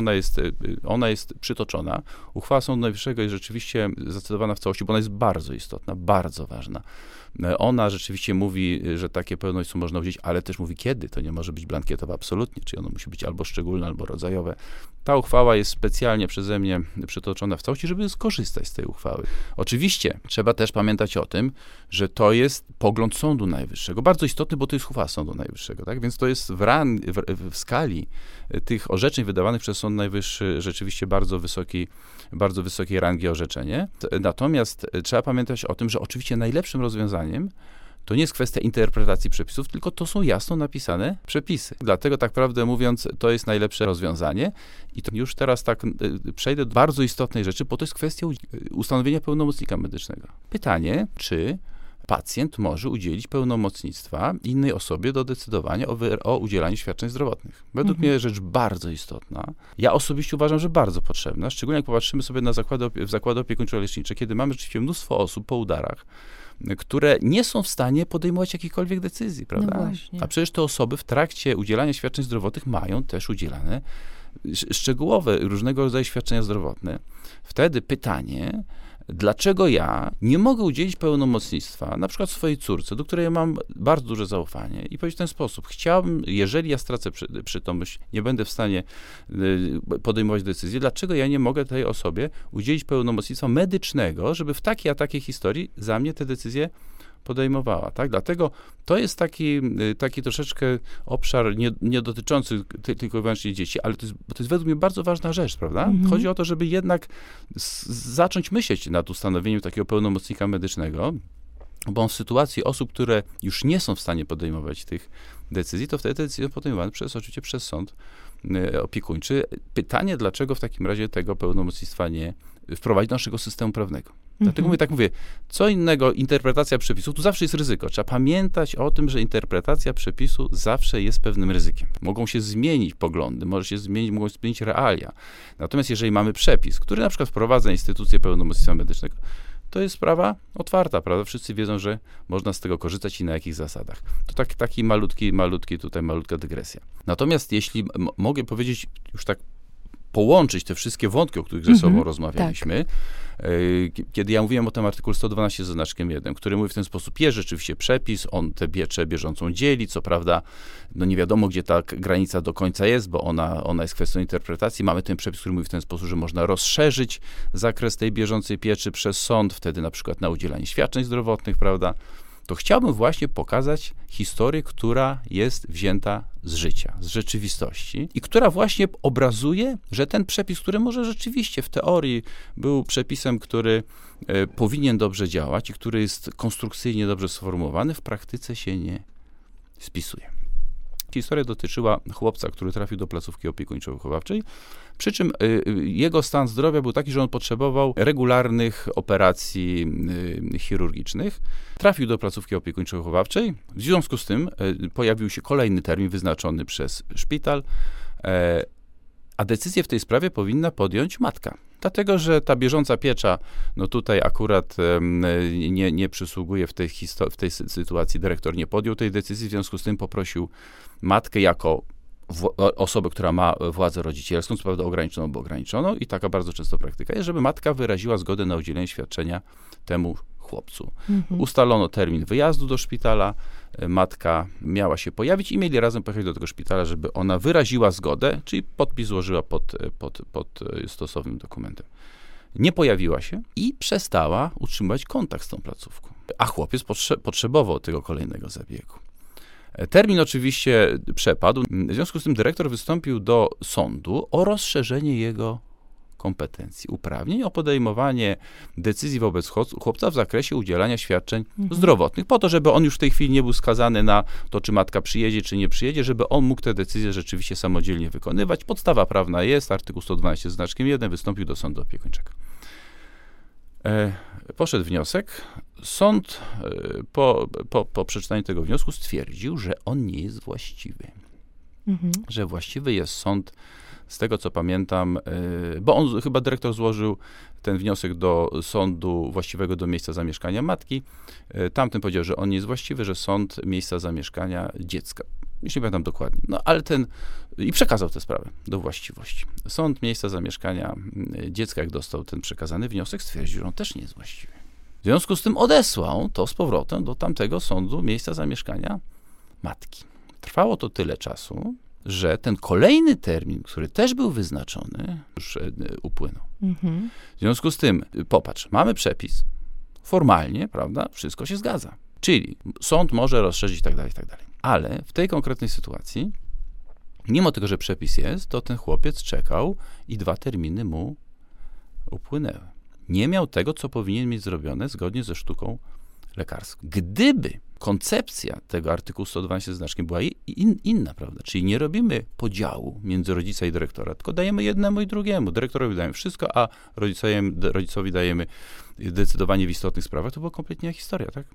ona jest przytoczona. Uchwała Sądu Najwyższego jest rzeczywiście zacytowana w całości, bo ona jest bardzo istotna, bardzo ważna. Ona rzeczywiście mówi, że takie pełnomocnictwo można udzielić, ale też mówi kiedy. To nie może być blankietowe absolutnie, czyli ono musi być albo szczególne, albo rodzajowe. Ta uchwała jest specjalnie przeze mnie przytoczona w całości, żeby skorzystać z tej uchwały. Oczywiście trzeba też pamiętać o tym, że to jest pogląd Sądu Najwyższego. Bardzo istotny, bo to jest uchwała Sądu Najwyższego, tak? Więc to jest w skali tych orzeczeń wydawanych przez Sąd Najwyższy rzeczywiście bardzo wysokiej rangi orzeczenie. Natomiast trzeba pamiętać o tym, że oczywiście najlepszym rozwiązaniem to nie jest kwestia interpretacji przepisów, tylko to są jasno napisane przepisy. Dlatego tak prawdę mówiąc, to jest najlepsze rozwiązanie. I to już teraz tak przejdę do bardzo istotnej rzeczy, bo to jest kwestia ustanowienia pełnomocnika medycznego. Pytanie, czy pacjent może udzielić pełnomocnictwa innej osobie do decydowania o udzielaniu świadczeń zdrowotnych. Według mnie rzecz bardzo istotna. Ja osobiście uważam, że bardzo potrzebna, szczególnie jak popatrzymy sobie na zakłady opiekuńczo-lecznicze, kiedy mamy rzeczywiście mnóstwo osób po udarach, które nie są w stanie podejmować jakichkolwiek decyzji, prawda? No właśnie. A przecież te osoby w trakcie udzielania świadczeń zdrowotnych mają też udzielane szczegółowe różnego rodzaju świadczenia zdrowotne. Wtedy pytanie, dlaczego ja nie mogę udzielić pełnomocnictwa, na przykład swojej córce, do której ja mam bardzo duże zaufanie i powiedzieć w ten sposób: chciałbym, jeżeli ja stracę przytomność, nie będę w stanie podejmować decyzji, dlaczego ja nie mogę tej osobie udzielić pełnomocnictwa medycznego, żeby w takiej a takiej historii za mnie te decyzje podejmowała, tak? Dlatego to jest taki troszeczkę obszar nie dotyczący tylko i wyłącznie dzieci, ale to jest według mnie bardzo ważna rzecz, prawda? Chodzi o to, żeby jednak zacząć myśleć nad ustanowieniem takiego pełnomocnika medycznego, bo w sytuacji osób, które już nie są w stanie podejmować tych decyzji, to wtedy te decyzje są podejmowane oczywiście przez sąd opiekuńczy. Pytanie, dlaczego w takim razie tego pełnomocnictwa nie wprowadzić do naszego systemu prawnego. Dlatego mówię, co innego interpretacja przepisów, tu zawsze jest ryzyko. Trzeba pamiętać o tym, że interpretacja przepisu zawsze jest pewnym ryzykiem. Mogą się zmienić poglądy, mogą się zmienić realia. Natomiast jeżeli mamy przepis, który na przykład wprowadza instytucję pełnomocnictwa medycznego, to jest sprawa otwarta, prawda? Wszyscy wiedzą, że można z tego korzystać i na jakich zasadach. To taki malutka dygresja. Natomiast jeśli mogę powiedzieć już tak połączyć te wszystkie wątki, o których ze sobą rozmawialiśmy, kiedy ja mówiłem o tym artykule 112 ze znaczkiem 1, który mówi w ten sposób, jest rzeczywiście przepis, on tę pieczę bieżącą dzieli, co prawda, no nie wiadomo, gdzie ta granica do końca jest, bo ona jest kwestią interpretacji. Mamy ten przepis, który mówi w ten sposób, że można rozszerzyć zakres tej bieżącej pieczy przez sąd, wtedy na przykład na udzielanie świadczeń zdrowotnych, prawda? To chciałbym właśnie pokazać historię, która jest wzięta z życia, z rzeczywistości i która właśnie obrazuje, że ten przepis, który może rzeczywiście w teorii był przepisem, który powinien dobrze działać i który jest konstrukcyjnie dobrze sformułowany, w praktyce się nie spisuje. Historia dotyczyła chłopca, który trafił do placówki opiekuńczo-wychowawczej, przy czym jego stan zdrowia był taki, że on potrzebował regularnych operacji chirurgicznych. Trafił do placówki opiekuńczo-wychowawczej. W związku z tym pojawił się kolejny termin wyznaczony przez szpital, a decyzję w tej sprawie powinna podjąć matka. Dlatego, że ta bieżąca piecza, no tutaj akurat nie przysługuje w tej sytuacji, dyrektor nie podjął tej decyzji, w związku z tym poprosił matkę jako osobę, która ma władzę rodzicielską, co prawda ograniczoną, bo ograniczoną, i taka bardzo często praktyka jest, żeby matka wyraziła zgodę na udzielenie świadczenia temu chłopcu. Ustalono termin wyjazdu do szpitala, matka miała się pojawić i mieli razem pojechać do tego szpitala, żeby ona wyraziła zgodę, czyli podpis złożyła pod stosownym dokumentem. Nie pojawiła się i przestała utrzymywać kontakt z tą placówką. A chłopiec potrzebował tego kolejnego zabiegu. Termin oczywiście przepadł. W związku z tym dyrektor wystąpił do sądu o rozszerzenie jego kompetencji, uprawnień, o podejmowanie decyzji wobec chłopca w zakresie udzielania świadczeń zdrowotnych, po to, żeby on już w tej chwili nie był skazany na to, czy matka przyjedzie, czy nie przyjedzie, żeby on mógł te decyzje rzeczywiście samodzielnie wykonywać. Podstawa prawna jest, artykuł 112 z znaczkiem 1, wystąpił do sądu opiekuńczego. Poszedł wniosek. Sąd po przeczytaniu tego wniosku stwierdził, że on nie jest właściwy. Że właściwy jest sąd, z tego co pamiętam, bo on chyba dyrektor złożył ten wniosek do sądu właściwego do miejsca zamieszkania matki. Tamten powiedział, że on nie jest właściwy, że sąd miejsca zamieszkania dziecka. Już nie pamiętam dokładnie. No ale i przekazał tę sprawę do właściwości. Sąd miejsca zamieszkania dziecka, jak dostał ten przekazany wniosek, stwierdził, że on też nie jest właściwy. W związku z tym odesłał to z powrotem do tamtego sądu miejsca zamieszkania matki. Trwało to tyle czasu, że ten kolejny termin, który też był wyznaczony, już upłynął. W związku z tym, popatrz, mamy przepis. Formalnie, prawda, wszystko się zgadza. Czyli sąd może rozszerzyć i tak dalej, i tak dalej. Ale w tej konkretnej sytuacji, mimo tego, że przepis jest, to ten chłopiec czekał i 2 terminy mu upłynęły. Nie miał tego, co powinien mieć zrobione zgodnie ze sztuką lekarską. Gdyby koncepcja tego artykułu 112 ze znaczkiem była inna, prawda? Czyli nie robimy podziału między rodzica i dyrektora, tylko dajemy jednemu i drugiemu. Dyrektorowi dajemy wszystko, a rodzicowi dajemy decydowanie w istotnych sprawach. To była kompletnie historia, tak?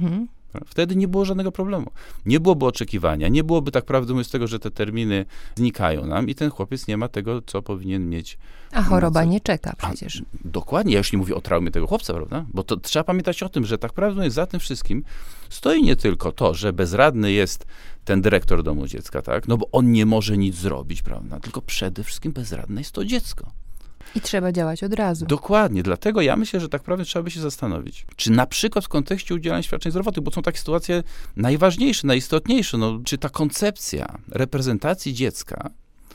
Wtedy nie było żadnego problemu. Nie byłoby oczekiwania, nie byłoby tak prawdy mówiąc tego, że te terminy znikają nam i ten chłopiec nie ma tego, co powinien mieć. A choroba nie czeka przecież. Dokładnie, ja już nie mówię o traumie tego chłopca, prawda? Bo to trzeba pamiętać o tym, że tak prawdą jest za tym wszystkim stoi nie tylko to, że bezradny jest ten dyrektor domu dziecka, tak? No bo on nie może nic zrobić, prawda? Tylko przede wszystkim bezradne jest to dziecko. I trzeba działać od razu. Dokładnie, dlatego ja myślę, że tak naprawdę trzeba by się zastanowić, czy na przykład w kontekście udzielania świadczeń zdrowotnych, bo są takie sytuacje najważniejsze, najistotniejsze, no, czy ta koncepcja reprezentacji dziecka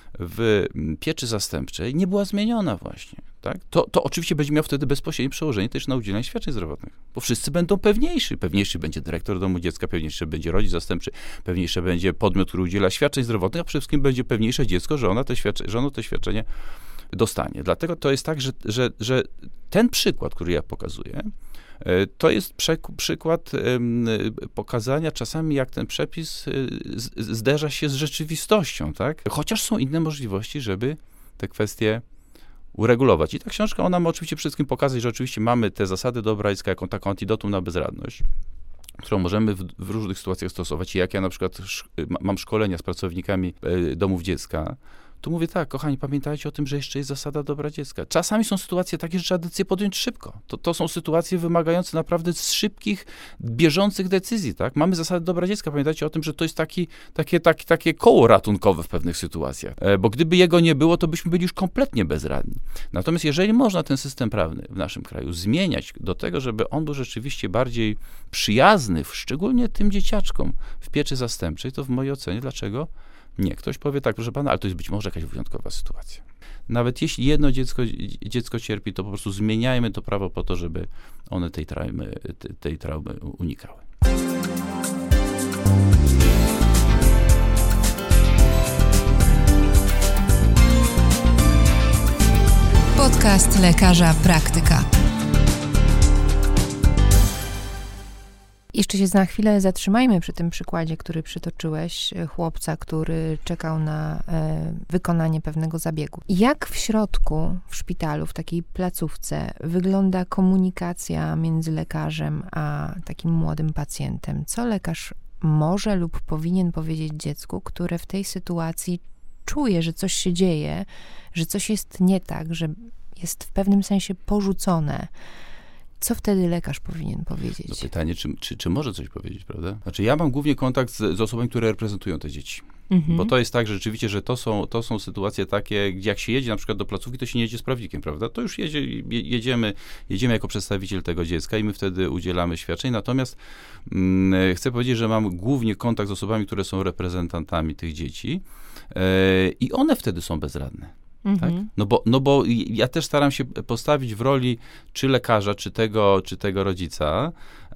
w pieczy zastępczej nie była zmieniona właśnie, tak? To oczywiście będzie miało wtedy bezpośrednie przełożenie też na udzielanie świadczeń zdrowotnych, bo wszyscy będą pewniejsi. Pewniejszy będzie dyrektor domu dziecka, pewniejszy będzie rodzic zastępczy, pewniejszy będzie podmiot, który udziela świadczeń zdrowotnych, a przede wszystkim będzie pewniejsze dziecko, że ono te świadczenie dostanie. Dlatego to jest tak, że ten przykład, który ja pokazuję, to jest przykład pokazania czasami, jak ten przepis zderza się z rzeczywistością, tak? Chociaż są inne możliwości, żeby te kwestie uregulować. I ta książka, ona ma oczywiście przede wszystkim pokazać, że oczywiście mamy te zasady dobra dziecka jako taką antidotum na bezradność, którą możemy w różnych sytuacjach stosować. I jak ja na przykład mam szkolenia z pracownikami domów dziecka, to mówię tak, kochani, pamiętajcie o tym, że jeszcze jest zasada dobra dziecka. Czasami są sytuacje takie, że trzeba decyzję podjąć szybko. To są sytuacje wymagające naprawdę szybkich, bieżących decyzji, tak? Mamy zasadę dobra dziecka. Pamiętajcie o tym, że to jest takie koło ratunkowe w pewnych sytuacjach. Bo gdyby jego nie było, to byśmy byli już kompletnie bezradni. Natomiast jeżeli można ten system prawny w naszym kraju zmieniać do tego, żeby on był rzeczywiście bardziej przyjazny, szczególnie tym dzieciaczkom w pieczy zastępczej, to w mojej ocenie, dlaczego nie? Ktoś powie tak, proszę pana, ale to jest być może jakaś wyjątkowa sytuacja. Nawet jeśli jedno dziecko cierpi, to po prostu zmieniajmy to prawo po to, żeby one tej traumy unikały. Podcast Lekarza Praktyka. Jeszcze się na chwilę zatrzymajmy przy tym przykładzie, który przytoczyłeś, chłopca, który czekał na wykonanie pewnego zabiegu. Jak w środku, w szpitalu, w takiej placówce wygląda komunikacja między lekarzem a takim młodym pacjentem? Co lekarz może lub powinien powiedzieć dziecku, które w tej sytuacji czuje, że coś się dzieje, że coś jest nie tak, że jest w pewnym sensie porzucone? Co wtedy lekarz powinien powiedzieć? No pytanie, czy może coś powiedzieć, prawda? Znaczy, ja mam głównie kontakt z osobami, które reprezentują te dzieci. Bo to jest tak, że rzeczywiście, że to są sytuacje takie, gdzie jak się jedzie na przykład do placówki, to się nie jedzie z prawnikiem, prawda? To już jedziemy jako przedstawiciel tego dziecka i my wtedy udzielamy świadczeń. Natomiast chcę powiedzieć, że mam głównie kontakt z osobami, które są reprezentantami tych dzieci i one wtedy są bezradne. Tak? No bo ja też staram się postawić w roli czy lekarza, czy tego rodzica,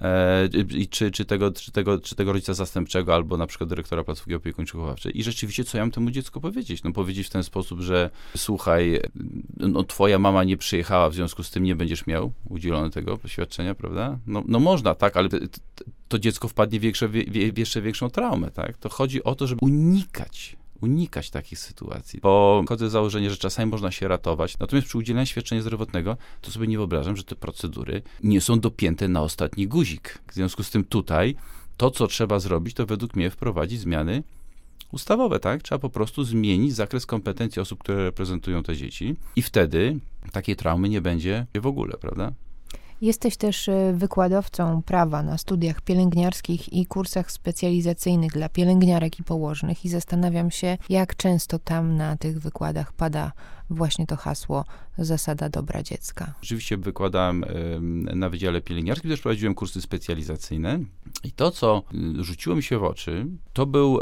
czy tego rodzica zastępczego, albo na przykład dyrektora placówki opiekuńczo-wychowawczej. I rzeczywiście, co ja mam temu dziecku powiedzieć? No powiedzieć w ten sposób, że słuchaj, no twoja mama nie przyjechała, w związku z tym nie będziesz miał udzielone tego świadczenia, prawda? No można, tak, ale to dziecko wpadnie w jeszcze większą traumę, tak? To chodzi o to, żeby unikać takich sytuacji, bo chodzę z założenia, że czasami można się ratować, natomiast przy udzielaniu świadczenia zdrowotnego to sobie nie wyobrażam, że te procedury nie są dopięte na ostatni guzik. W związku z tym tutaj to, co trzeba zrobić, to według mnie wprowadzić zmiany ustawowe, tak? Trzeba po prostu zmienić zakres kompetencji osób, które reprezentują te dzieci i wtedy takiej traumy nie będzie w ogóle, prawda? Jesteś też wykładowcą prawa na studiach pielęgniarskich i kursach specjalizacyjnych dla pielęgniarek i położnych i zastanawiam się, jak często tam na tych wykładach pada właśnie to hasło zasada dobra dziecka. Rzeczywiście wykładałem na Wydziale Pielęgniarskim, też prowadziłem kursy specjalizacyjne i to, co rzuciło mi się w oczy, to był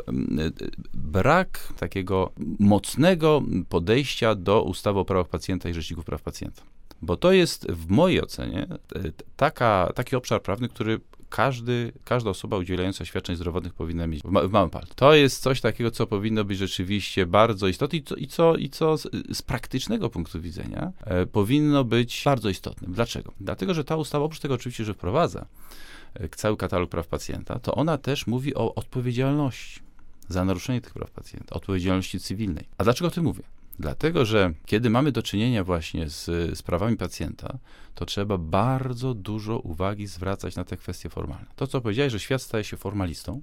brak takiego mocnego podejścia do ustawy o prawach pacjenta i Rzeczniku Praw Pacjenta. Bo to jest w mojej ocenie taki obszar prawny, który każda osoba udzielająca świadczeń zdrowotnych powinna mieć w małym palcu. To jest coś takiego, co powinno być rzeczywiście bardzo istotne i co z praktycznego punktu widzenia powinno być bardzo istotne. Dlaczego? Dlatego, że ta ustawa, oprócz tego oczywiście, że wprowadza cały katalog praw pacjenta, to ona też mówi o odpowiedzialności za naruszenie tych praw pacjenta, odpowiedzialności cywilnej. A dlaczego o tym mówię? Dlatego, że kiedy mamy do czynienia właśnie z prawami pacjenta, to trzeba bardzo dużo uwagi zwracać na te kwestie formalne. To, co powiedziałeś, że świat staje się formalistą,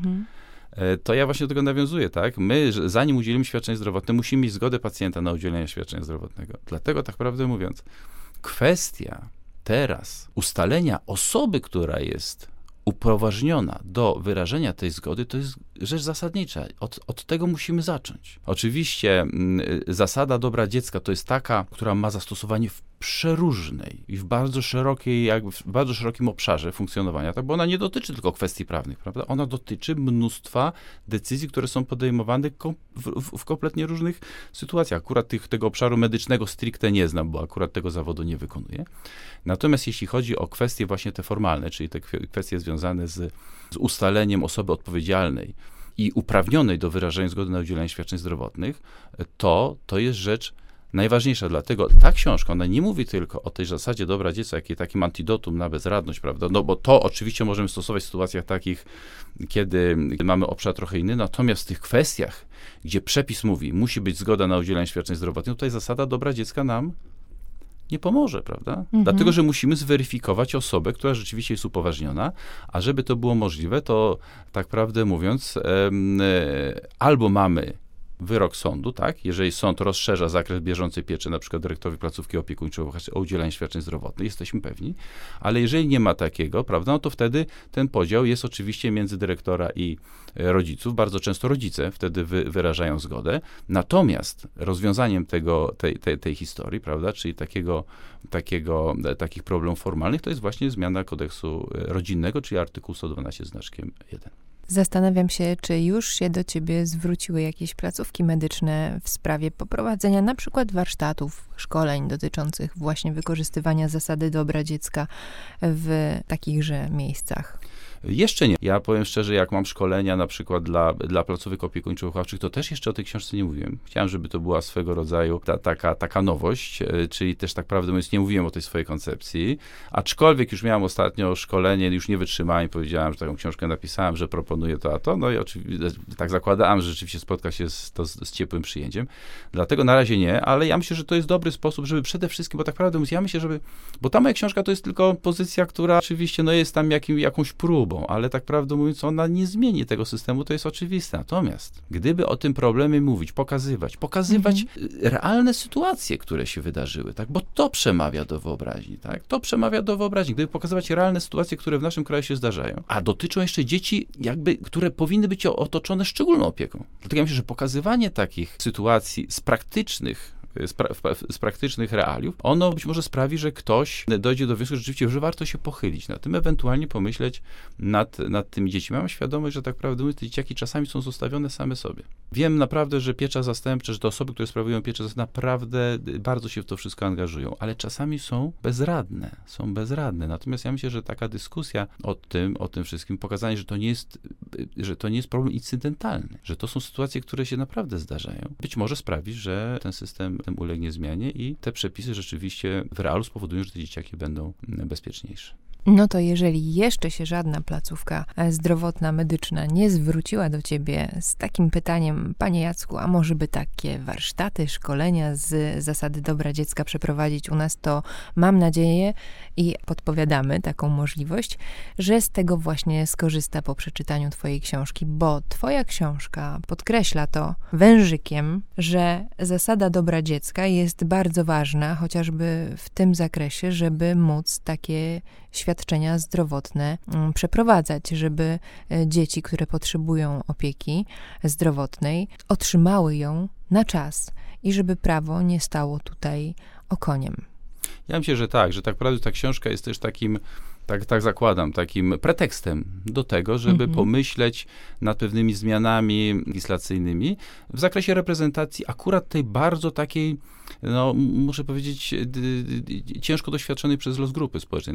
to ja właśnie do tego nawiązuję, tak? My, zanim udzielimy świadczenia zdrowotnego, musimy mieć zgodę pacjenta na udzielenie świadczenia zdrowotnego. Dlatego, tak prawdę mówiąc, kwestia teraz ustalenia osoby, która jest upoważniona do wyrażenia tej zgody, to jest rzecz zasadnicza. Od tego musimy zacząć. Oczywiście zasada dobra dziecka to jest taka, która ma zastosowanie w przeróżnej i w bardzo szerokim obszarze funkcjonowania, tak? Bo ona nie dotyczy tylko kwestii prawnych, prawda? Ona dotyczy mnóstwa decyzji, które są podejmowane w kompletnie różnych sytuacjach. Akurat tego obszaru medycznego stricte nie znam, bo akurat tego zawodu nie wykonuję. Natomiast jeśli chodzi o kwestie właśnie te formalne, czyli te kwestie związane z ustaleniem osoby odpowiedzialnej i uprawnionej do wyrażenia zgody na udzielenie świadczeń zdrowotnych, to jest rzecz najważniejsza. Dlatego ta książka, ona nie mówi tylko o tej zasadzie dobra dziecka, jak i takim antidotum na bezradność, prawda? No bo to oczywiście możemy stosować w sytuacjach takich, kiedy mamy obszar trochę inny, natomiast w tych kwestiach, gdzie przepis mówi, musi być zgoda na udzielenie świadczeń zdrowotnych, tutaj zasada dobra dziecka nam nie pomoże, prawda? Dlatego, że musimy zweryfikować osobę, która rzeczywiście jest upoważniona, a żeby to było możliwe, to tak prawdę mówiąc, albo mamy wyrok sądu, tak? Jeżeli sąd rozszerza zakres bieżącej pieczy, na przykład dyrektorowi placówki opiekuńczej o udzielanie świadczeń zdrowotnych, jesteśmy pewni, ale jeżeli nie ma takiego, prawda, no to wtedy ten podział jest oczywiście między dyrektora i rodziców. Bardzo często rodzice wtedy wyrażają zgodę. Natomiast rozwiązaniem tej historii, prawda, czyli takich problemów formalnych, to jest właśnie zmiana kodeksu rodzinnego, czyli artykuł 112 znaczkiem 1. Zastanawiam się, czy już się do ciebie zwróciły jakieś placówki medyczne w sprawie poprowadzenia na przykład warsztatów, szkoleń dotyczących właśnie wykorzystywania zasady dobra dziecka w takichże miejscach. Jeszcze nie. Ja powiem szczerze, jak mam szkolenia na przykład dla placówek opiekuńczo-wychowawczych, to też jeszcze o tej książce nie mówiłem. Chciałem, żeby to była swego rodzaju taka nowość, czyli też tak prawdę mówiąc nie mówiłem o tej swojej koncepcji, aczkolwiek już miałem ostatnio szkolenie, już nie wytrzymałem i powiedziałem, że taką książkę napisałem, że proponuję to, a to, no i oczywiście tak zakładałem, że rzeczywiście spotka się z ciepłym przyjęciem. Dlatego na razie nie, ale ja myślę, że to jest dobry sposób, żeby przede wszystkim, bo tak prawdę mówiąc, ja myślę, bo ta moja książka to jest tylko pozycja, która oczywiście no jest tam jakąś próbą, ale tak prawdę mówiąc, ona nie zmieni tego systemu, to jest oczywiste. Natomiast gdyby o tym problemie mówić, pokazywać realne sytuacje, które się wydarzyły, tak, bo to przemawia do wyobraźni, tak, to przemawia do wyobraźni, gdyby pokazywać realne sytuacje, które w naszym kraju się zdarzają, a dotyczą jeszcze dzieci, które powinny być otoczone szczególną opieką. Dlatego ja myślę, że pokazywanie takich sytuacji z praktycznych realiów, ono być może sprawi, że ktoś dojdzie do wniosku, że rzeczywiście, że warto się pochylić nad tym, ewentualnie pomyśleć nad tymi dziećmi. Mam świadomość, że tak naprawdę te dzieciaki czasami są zostawione same sobie. Wiem naprawdę, że piecza zastępcza, że te osoby, które sprawują pieczę zastępczą, naprawdę bardzo się w to wszystko angażują, ale czasami są bezradne. Natomiast ja myślę, że taka dyskusja o tym wszystkim, pokazanie, że to nie jest problem incydentalny, że to są sytuacje, które się naprawdę zdarzają, być może sprawi, że ten system ulegnie zmianie i te przepisy rzeczywiście w realu spowodują, że te dzieciaki będą bezpieczniejsze. No to jeżeli jeszcze się żadna placówka zdrowotna, medyczna nie zwróciła do ciebie z takim pytaniem, panie Jacku, a może by takie warsztaty, szkolenia z zasady dobra dziecka przeprowadzić u nas, to mam nadzieję i podpowiadamy taką możliwość, że z tego właśnie skorzysta po przeczytaniu twojej książki, bo twoja książka podkreśla to wężykiem, że zasada dobra dziecka jest bardzo ważna, chociażby w tym zakresie, żeby móc takie świadczenia zdrowotne przeprowadzać, żeby dzieci, które potrzebują opieki zdrowotnej, otrzymały ją na czas i żeby prawo nie stało tutaj okoniem. Ja myślę, że tak naprawdę ta książka jest też takim, tak zakładam, takim pretekstem do tego, żeby pomyśleć nad pewnymi zmianami legislacyjnymi w zakresie reprezentacji akurat tej bardzo takiej, no muszę powiedzieć, ciężko doświadczonej przez los grupy społecznej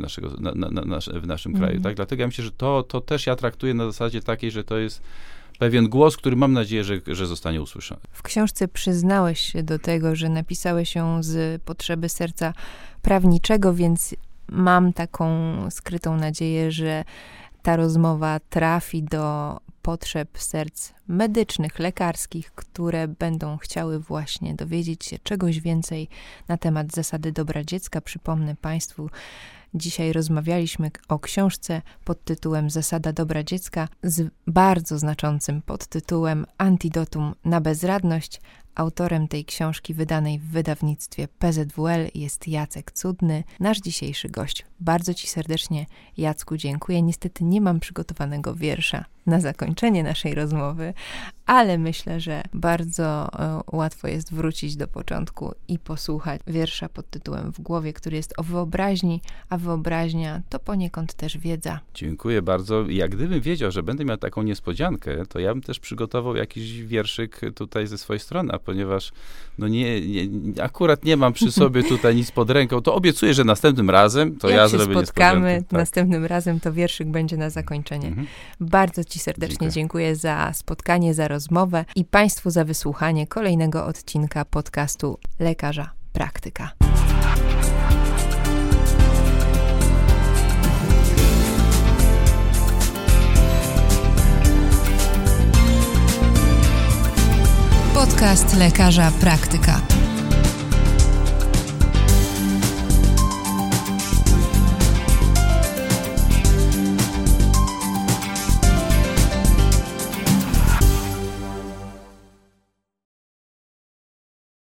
w naszym kraju. Tak? Dlatego ja myślę, że to też ja traktuję na zasadzie takiej, że to jest pewien głos, który mam nadzieję, że zostanie usłyszany. W książce przyznałeś się do tego, że napisałeś ją z potrzeby serca prawniczego, więc mam taką skrytą nadzieję, że ta rozmowa trafi do potrzeb serc medycznych, lekarskich, które będą chciały właśnie dowiedzieć się czegoś więcej na temat zasady dobra dziecka. Przypomnę Państwu, dzisiaj rozmawialiśmy o książce pod tytułem Zasada dobra dziecka z bardzo znaczącym podtytułem Antidotum na bezradność. Autorem tej książki wydanej w wydawnictwie PZWL jest Jacek Cudny, nasz dzisiejszy gość. Bardzo ci serdecznie, Jacku, dziękuję. Niestety nie mam przygotowanego wiersza na zakończenie naszej rozmowy, ale myślę, że bardzo łatwo jest wrócić do początku i posłuchać wiersza pod tytułem W głowie, który jest o wyobraźni, a wyobraźnia to poniekąd też wiedza. Dziękuję bardzo. Jak gdybym wiedział, że będę miał taką niespodziankę, to ja bym też przygotował jakiś wierszyk tutaj ze swojej strony, a ponieważ akurat nie mam przy sobie tutaj nic pod ręką, to obiecuję, że następnym razem to ja zrobię spotkamy, następnym razem to wierszyk będzie na zakończenie. Bardzo ci serdecznie dziękuję za spotkanie, za rozmowę i Państwu za wysłuchanie kolejnego odcinka podcastu Lekarza Praktyka. Podcast Lekarza Praktyka.